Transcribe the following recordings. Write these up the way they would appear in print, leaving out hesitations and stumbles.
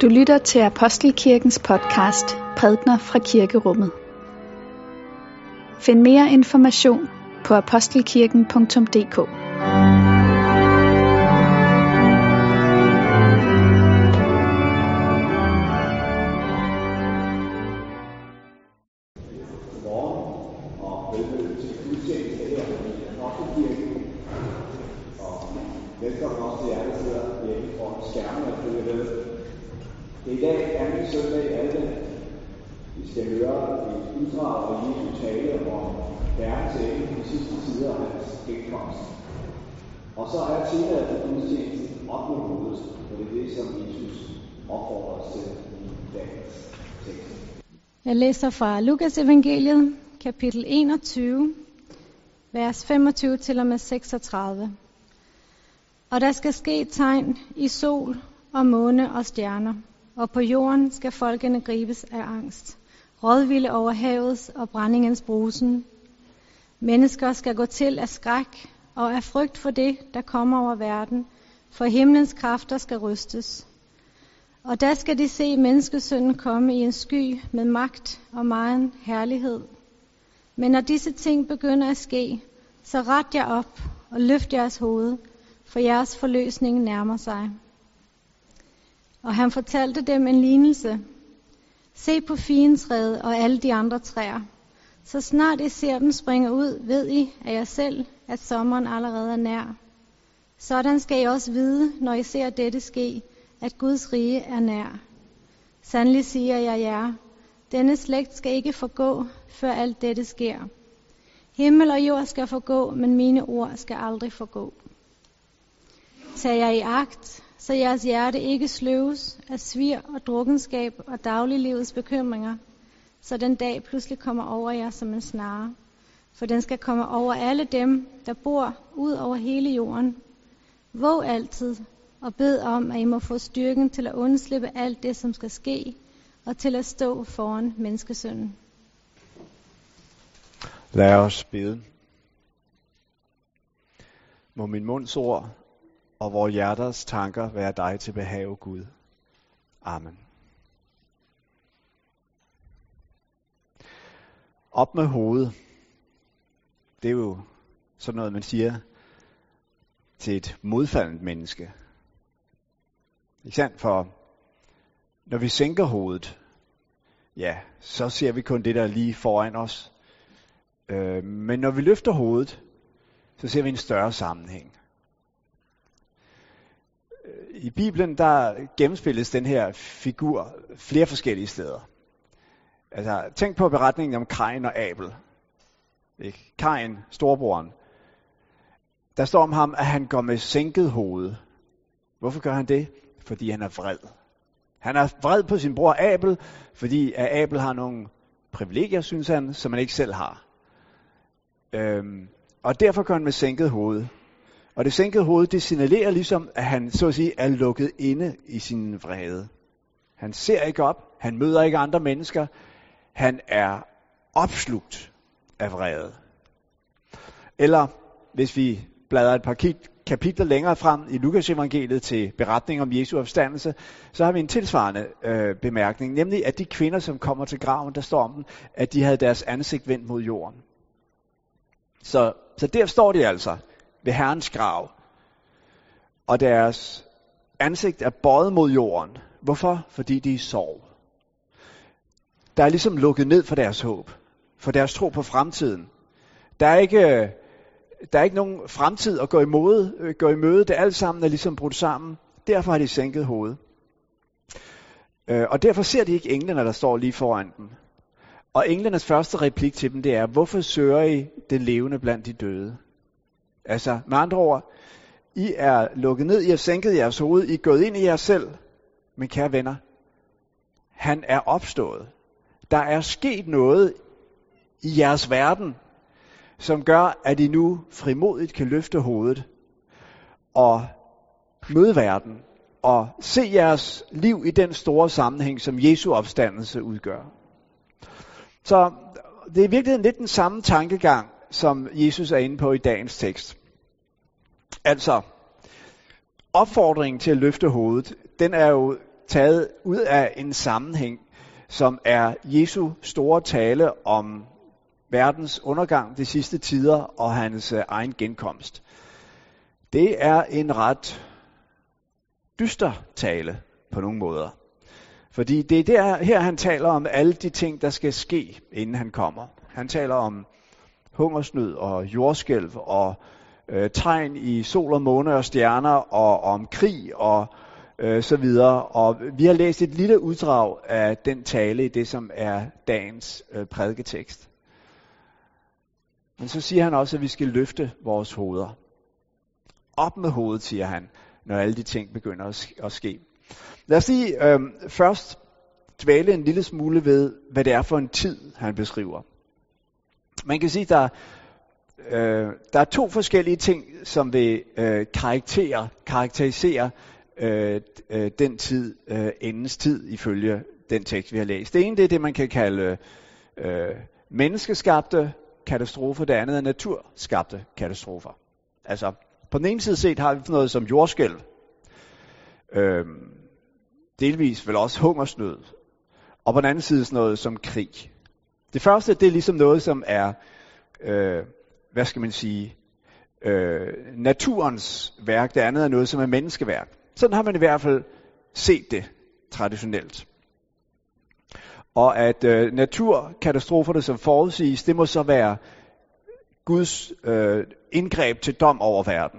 Du lytter til Apostelkirkens podcast Prædikener fra Kirkerummet. Find mere information på apostelkirken.dk. Velkommen også til jer, der sidder hjemme foran skærmen og følger med. I dag er min søndag i advent. Vi skal høre et uddrag af Jesu tale om verdens ende på de sidste tider af hans genkomst. Og så er temaet for gudstjenesten op med hovedet, for det er det, som Jesus opfordrer os til i dagens tekst. Jeg læser fra Lukas evangeliet, kapitel 21, vers 25 til og med 36. Og der skal ske tegn i sol og måne og stjerner, og på jorden skal folkene gribes af angst, rådvilde over havets og brændingens brusen. Mennesker skal gå til af skræk og af frygt for det, der kommer over verden, for himlens kræfter skal rystes. Og der skal de se menneskesønnen komme i en sky med magt og megen herlighed. Men når disse ting begynder at ske, så ret jer op og løft jeres hoved, for jeres forløsning nærmer sig. Og han fortalte dem en lignelse. Se på figentræet og alle de andre træer. Så snart I ser dem springe ud, ved I af jer selv, at sommeren allerede er nær. Sådan skal I også vide, når I ser dette ske, at Guds rige er nær. Sandelig siger jeg jer, denne slægt skal ikke forgå, før alt dette sker. Himmel og jord skal forgå, men mine ord skal aldrig forgå. Tag jer i agt, så jeres hjerte ikke sløves af svir og drukkenskab og dagliglivets bekymringer, så den dag pludselig kommer over jer som en snare. For den skal komme over alle dem, der bor ud over hele jorden. Våg altid og bed om, at I må få styrken til at undslippe alt det, som skal ske, og til at stå foran menneskesønnen. Lad os bede. Må min munds ord og vores hjerters tanker være dig til behag, Gud. Amen. Op med hovedet. Det er jo sådan noget, man siger til et modfaldent menneske. Ikke sandt? For når vi sænker hovedet, ja, så ser vi kun det, der er lige foran os. Men når vi løfter hovedet, så ser vi en større sammenhæng. I Bibelen, der gennemspilles den her figur flere forskellige steder. Altså, tænk på beretningen om Kain og Abel. Ikke? Kain, storebroren. Der står om ham, at han går med sænket hoved. Hvorfor gør han det? Fordi han er vred. Han er vred på sin bror Abel, fordi Abel har nogle privilegier, synes han, som han ikke selv har. Og derfor går han med sænket hoved. Og det sænkede hoved, det signalerer ligesom, at han så at sige er lukket inde i sin vrede. Han ser ikke op, han møder ikke andre mennesker, han er opslugt af vrede. Eller hvis vi bladrer et par kapitler længere frem i Lukas evangeliet til beretning om Jesu opstandelse, så har vi en tilsvarende bemærkning, nemlig at de kvinder, som kommer til graven, der står om dem, at de havde deres ansigt vendt mod jorden. Så der står de altså ved Herrens grav, og deres ansigt er bøjet mod jorden. Hvorfor? Fordi de er i sorg. Der er ligesom lukket ned for deres håb, for deres tro på fremtiden. Der er ikke nogen fremtid at gå i møde. Det alt sammen er ligesom brudt sammen. Derfor har de sænket hovedet. Og derfor ser de ikke englene, der står lige foran dem. Og englenes første replik til dem, det er, hvorfor søger I den levende blandt de døde? Altså, med andre ord, I er lukket ned, I har sænket jeres hoved, I er gået ind i jer selv. Men kære venner, han er opstået. Der er sket noget i jeres verden, som gør, at I nu frimodigt kan løfte hovedet og møde verden og se jeres liv i den store sammenhæng, som Jesu opstandelse udgør. Så det er i virkeligheden lidt den samme tankegang, som Jesus er inde på i dagens tekst. Altså, opfordringen til at løfte hovedet, den er jo taget ud af en sammenhæng, som er Jesu store tale om verdens undergang, de sidste tider og hans egen genkomst. Det er en ret dyster tale på nogle måder. Fordi det er her, han taler om alle de ting, der skal ske, inden han kommer. Han taler om hungersnød og jordskælv og tegn i sol og måne og stjerner og om krig og så videre. Og vi har læst et lille uddrag af den tale i det, som er dagens prædiketekst. Men så siger han også, at vi skal løfte vores hoveder. Op med hovedet, siger han, når alle de ting begynder at ske. Lad os lige først dvæle en lille smule ved, hvad det er for en tid, han beskriver. Man kan sige, der er to forskellige ting, som vil karakterisere den tid, endens tid, ifølge den tekst, vi har læst. Det ene, det er det, man kan kalde menneskeskabte katastrofer. Det andet er naturskabte katastrofer. Altså, på den ene side set har vi noget som jordskælv. Delvis vel også hungersnød. Og på den anden side sådan noget som krig. Det første, det er ligesom noget, som er, hvad skal man sige, naturens værk. Det andet er noget, som er menneskeværk. Sådan har man i hvert fald set det traditionelt. Og at naturkatastroferne, som forudsiges, det må så være Guds indgreb til dom over verden.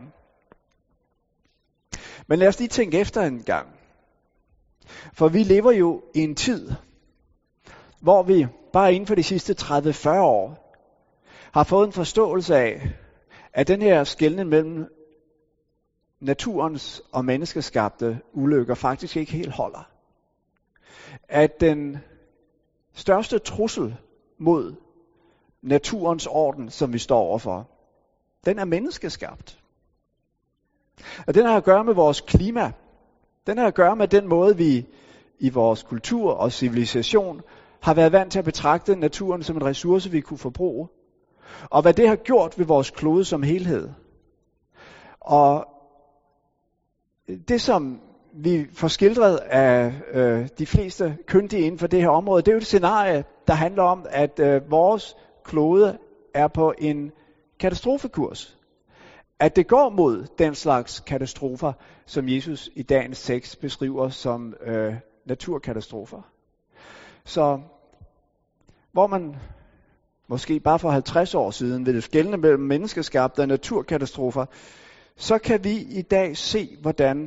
Men lad os lige tænke efter en gang. For vi lever jo i en tid, hvor vi bare inden for de sidste 30-40 år har fået en forståelse af, at den her skelnen mellem naturens og menneskeskabte ulykker faktisk ikke helt holder. At den største trussel mod naturens orden, som vi står overfor, den er menneskeskabt. Og den har at gøre med vores klima. Den har at gøre med den måde, vi i vores kultur og civilisation har været vant til at betragte naturen som en ressource, vi kunne forbruge. Og hvad det har gjort ved vores klode som helhed. Og det, som vi får skildret af de fleste kyndige inden for det her område, det er jo et scenarie, der handler om, at vores klode er på en katastrofekurs. At det går mod den slags katastrofer, som Jesus i dagens tekst beskriver som naturkatastrofer. Så hvor man måske bare for 50 år siden ville skelne mellem menneskeskabte og naturkatastrofer, så kan vi i dag se, hvordan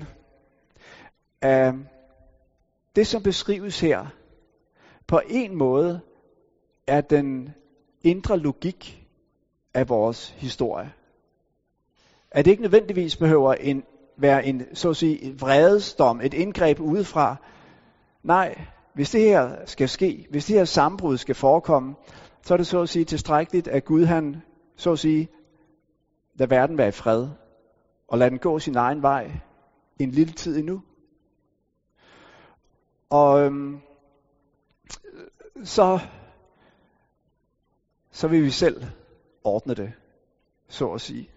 det, som beskrives her, på en måde er den indre logik af vores historie. At det ikke nødvendigvis behøver være en, så at sige, vredesdom, et indgreb udefra. Nej, hvis det her skal ske, hvis det her sammenbrud skal forekomme, så er det så at sige tilstrækkeligt, at Gud han, så at sige, lader verden være i fred, og lader den gå sin egen vej en lille tid endnu. Og så vil vi selv ordne det, så at sige.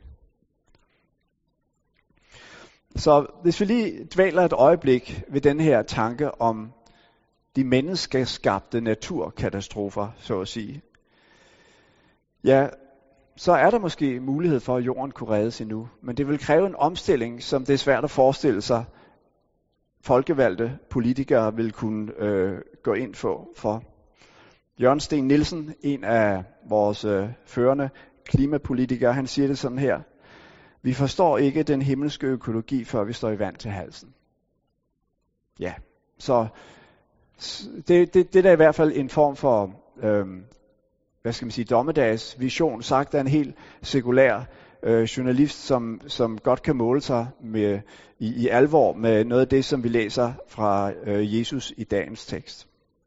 Så hvis vi lige dvæler et øjeblik ved den her tanke om de menneskeskabte naturkatastrofer, så at sige. Ja, så er der måske mulighed for, at jorden kunne reddes endnu. Men det vil kræve en omstilling, som det er svært at forestille sig, folkevalgte politikere vil kunne gå ind for. Jørgen Sten Nielsen, en af vores førende klimapolitikere, han siger det sådan her. Vi forstår ikke den himmelske økologi, før vi står i vand til halsen. Ja, så det er i hvert fald en form for, hvad skal man sige, dommedagsvision, sagt af en helt sekulær journalist, som godt kan måle sig med, i alvor med noget af det, som vi læser fra Jesus i dagens tekst.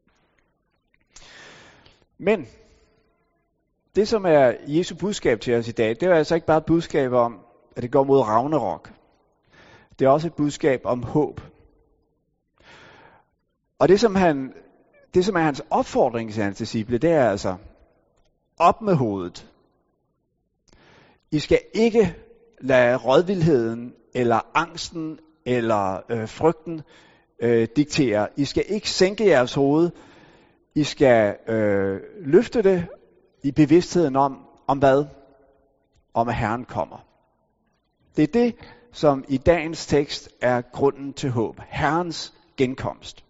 Men det, som er Jesu budskab til os i dag, det er altså ikke bare et budskab om, at det går mod Ragnarok. Det er også et budskab om håb. Og det som er hans opfordring til hans disciple, det er altså, op med hovedet. I skal ikke lade rådvildheden, eller angsten, eller frygten diktere. I skal ikke sænke jeres hoved. I skal løfte det i bevidstheden om hvad? Om at Herren kommer. Det er det, som i dagens tekst er grunden til håb. Herrens genkomst.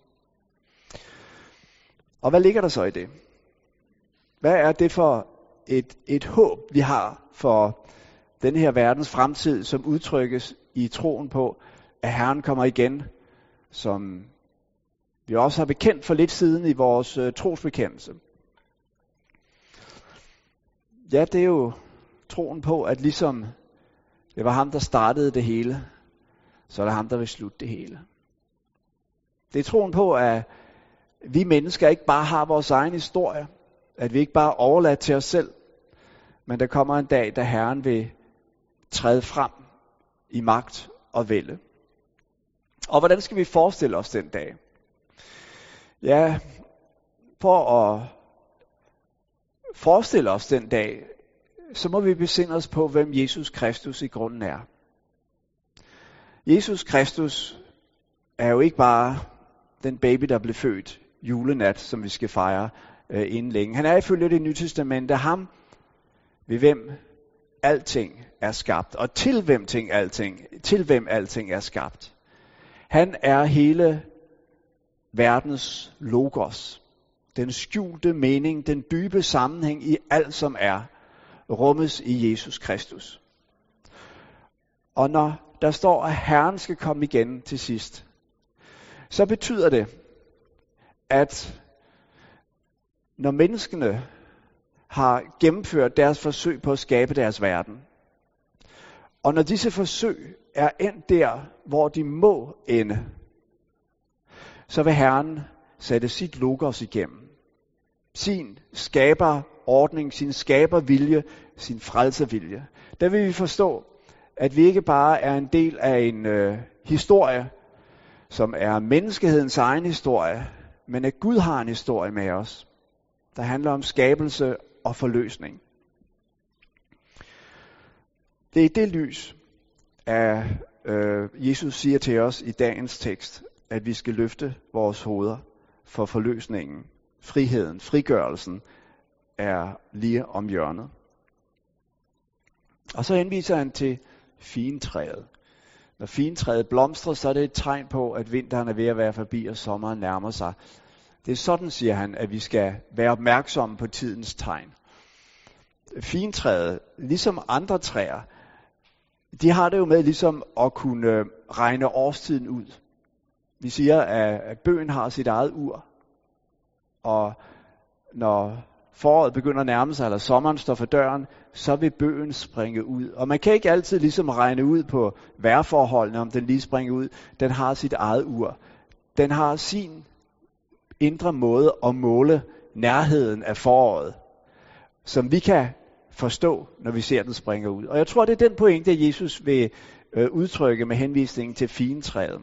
Og hvad ligger der så i det? Hvad er det for et håb, vi har for den her verdens fremtid, som udtrykkes i troen på, at Herren kommer igen, som vi også har bekendt for lidt siden i vores trosbekendelse? Ja, det er jo troen på, at ligesom det var ham, der startede det hele, så er det ham, der vil slutte det hele. Det er troen på, at vi mennesker ikke bare har vores egen historie, at vi ikke bare er overladt til os selv, men der kommer en dag, da Herren vil træde frem i magt og vælde. Og hvordan skal vi forestille os den dag? Ja, for at forestille os den dag, så må vi besinde os på, hvem Jesus Kristus i grunden er. Jesus Kristus er jo ikke bare den baby, der blev født julenat, som vi skal fejre inden længe. Han er ifølge Det Nye Testamente ham, ved hvem alting er skabt, og til hvem alting er skabt. Han er hele verdens logos, den skjulte mening, den dybe sammenhæng i alt som er, rummes i Jesus Kristus. Og når der står, at Herren skal komme igen til sidst, så betyder det, at når menneskene har gennemført deres forsøg på at skabe deres verden, og når disse forsøg er endt der, hvor de må ende, så vil Herren sætte sit logos igennem. Sin skaberordning, sin skabervilje, sin frelservilje. Der vil vi forstå, at vi ikke bare er en del af en historie, som er menneskehedens egen historie, men at Gud har en historie med os, der handler om skabelse og forløsning. Det er i det lys, at Jesus siger til os i dagens tekst, at vi skal løfte vores hoveder for forløsningen. Friheden, frigørelsen er lige om hjørnet. Og så henviser han til figentræet. Når figentræet blomstrer, så er det et tegn på, at vinteren er ved at være forbi, og sommeren nærmer sig. Det er sådan, siger han, at vi skal være opmærksomme på tidens tegn. Figentræet, ligesom andre træer, de har det jo med ligesom at kunne regne årstiden ud. Vi siger, at bøgen har sit eget ur, og når foråret begynder at nærme sig, eller sommeren står for døren, så vil bøgen springe ud. Og man kan ikke altid ligesom regne ud på vejrforholdene, om den lige springer ud. Den har sit eget ur. Den har sin indre måde at måle nærheden af foråret, som vi kan forstå, når vi ser den springe ud. Og jeg tror, det er den pointe, Jesus vil udtrykke med henvisningen til figentræet.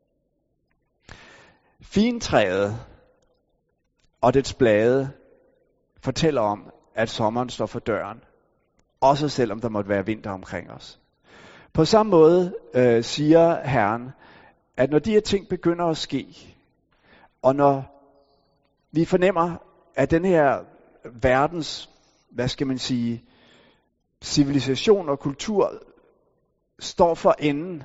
Figentræet og dets blade fortæller om, at sommeren står for døren, også selvom der måtte være vinter omkring os. På samme måde siger Herren, at når de her ting begynder at ske, og når vi fornemmer, at den her verdens, civilisation og kultur står for enden,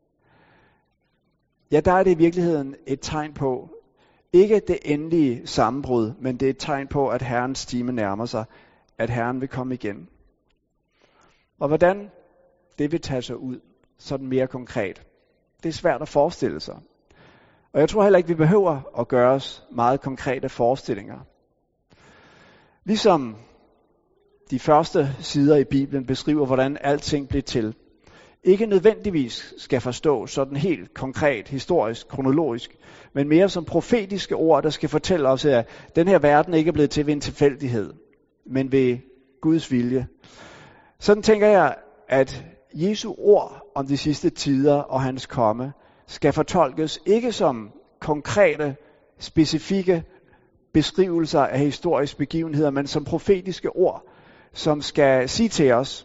ja, der er det i virkeligheden et tegn på, ikke det endelige sammenbrud, men det er et tegn på, at Herrens time nærmer sig, at Herren vil komme igen. Og hvordan det vil tage sig ud, sådan mere konkret, det er svært at forestille sig. Og jeg tror heller ikke, vi behøver at gøre os meget konkrete forestillinger. Ligesom de første sider i Bibelen beskriver, hvordan alting blev til, ikke nødvendigvis skal forstås sådan helt konkret, historisk, kronologisk, men mere som profetiske ord, der skal fortælle os, at den her verden ikke er blevet til ved en tilfældighed, men ved Guds vilje. Sådan tænker jeg, at Jesu ord om de sidste tider og hans komme skal fortolkes ikke som konkrete, specifikke beskrivelser af historiske begivenheder, men som profetiske ord, som skal sige til os,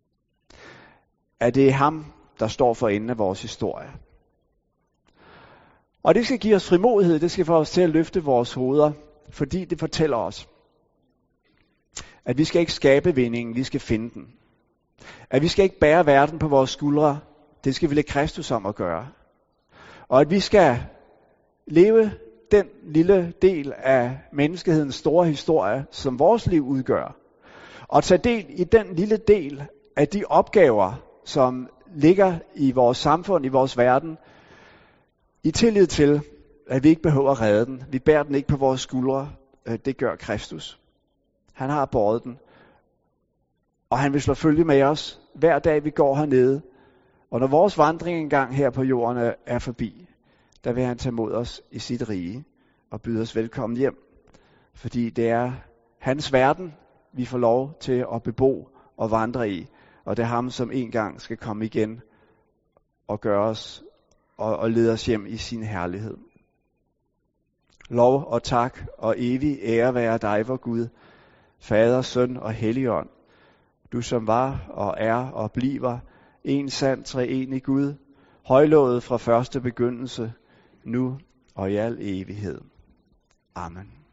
at det er ham, der står for enden af vores historie. Og det skal give os frimodighed, det skal få os til at løfte vores hoveder, fordi det fortæller os, at vi skal ikke skabe vindingen, vi skal finde den. At vi skal ikke bære verden på vores skuldre, det skal vi lade Kristus om at gøre. Og at vi skal leve den lille del af menneskehedens store historie, som vores liv udgør. Og tage del i den lille del af de opgaver, som ligger i vores samfund, i vores verden, i tillid til, at vi ikke behøver at redde den. Vi bærer den ikke på vores skuldre. Det gør Kristus. Han har båret den. Og han vil slå følge med os, hver dag vi går hernede. Og når vores vandring engang her på jorden er forbi, der vil han tage mod os i sit rige og byde os velkommen hjem. Fordi det er hans verden, vi får lov til at bebo og vandre i. Og det er ham, som en gang skal komme igen og gøre os og lede os hjem i sin herlighed. Lov og tak og evig ære være dig, vor Gud, Fader, Søn og Helligånd. Du som var og er og bliver en sand treenig Gud, højlovet fra første begyndelse, nu og i al evighed. Amen.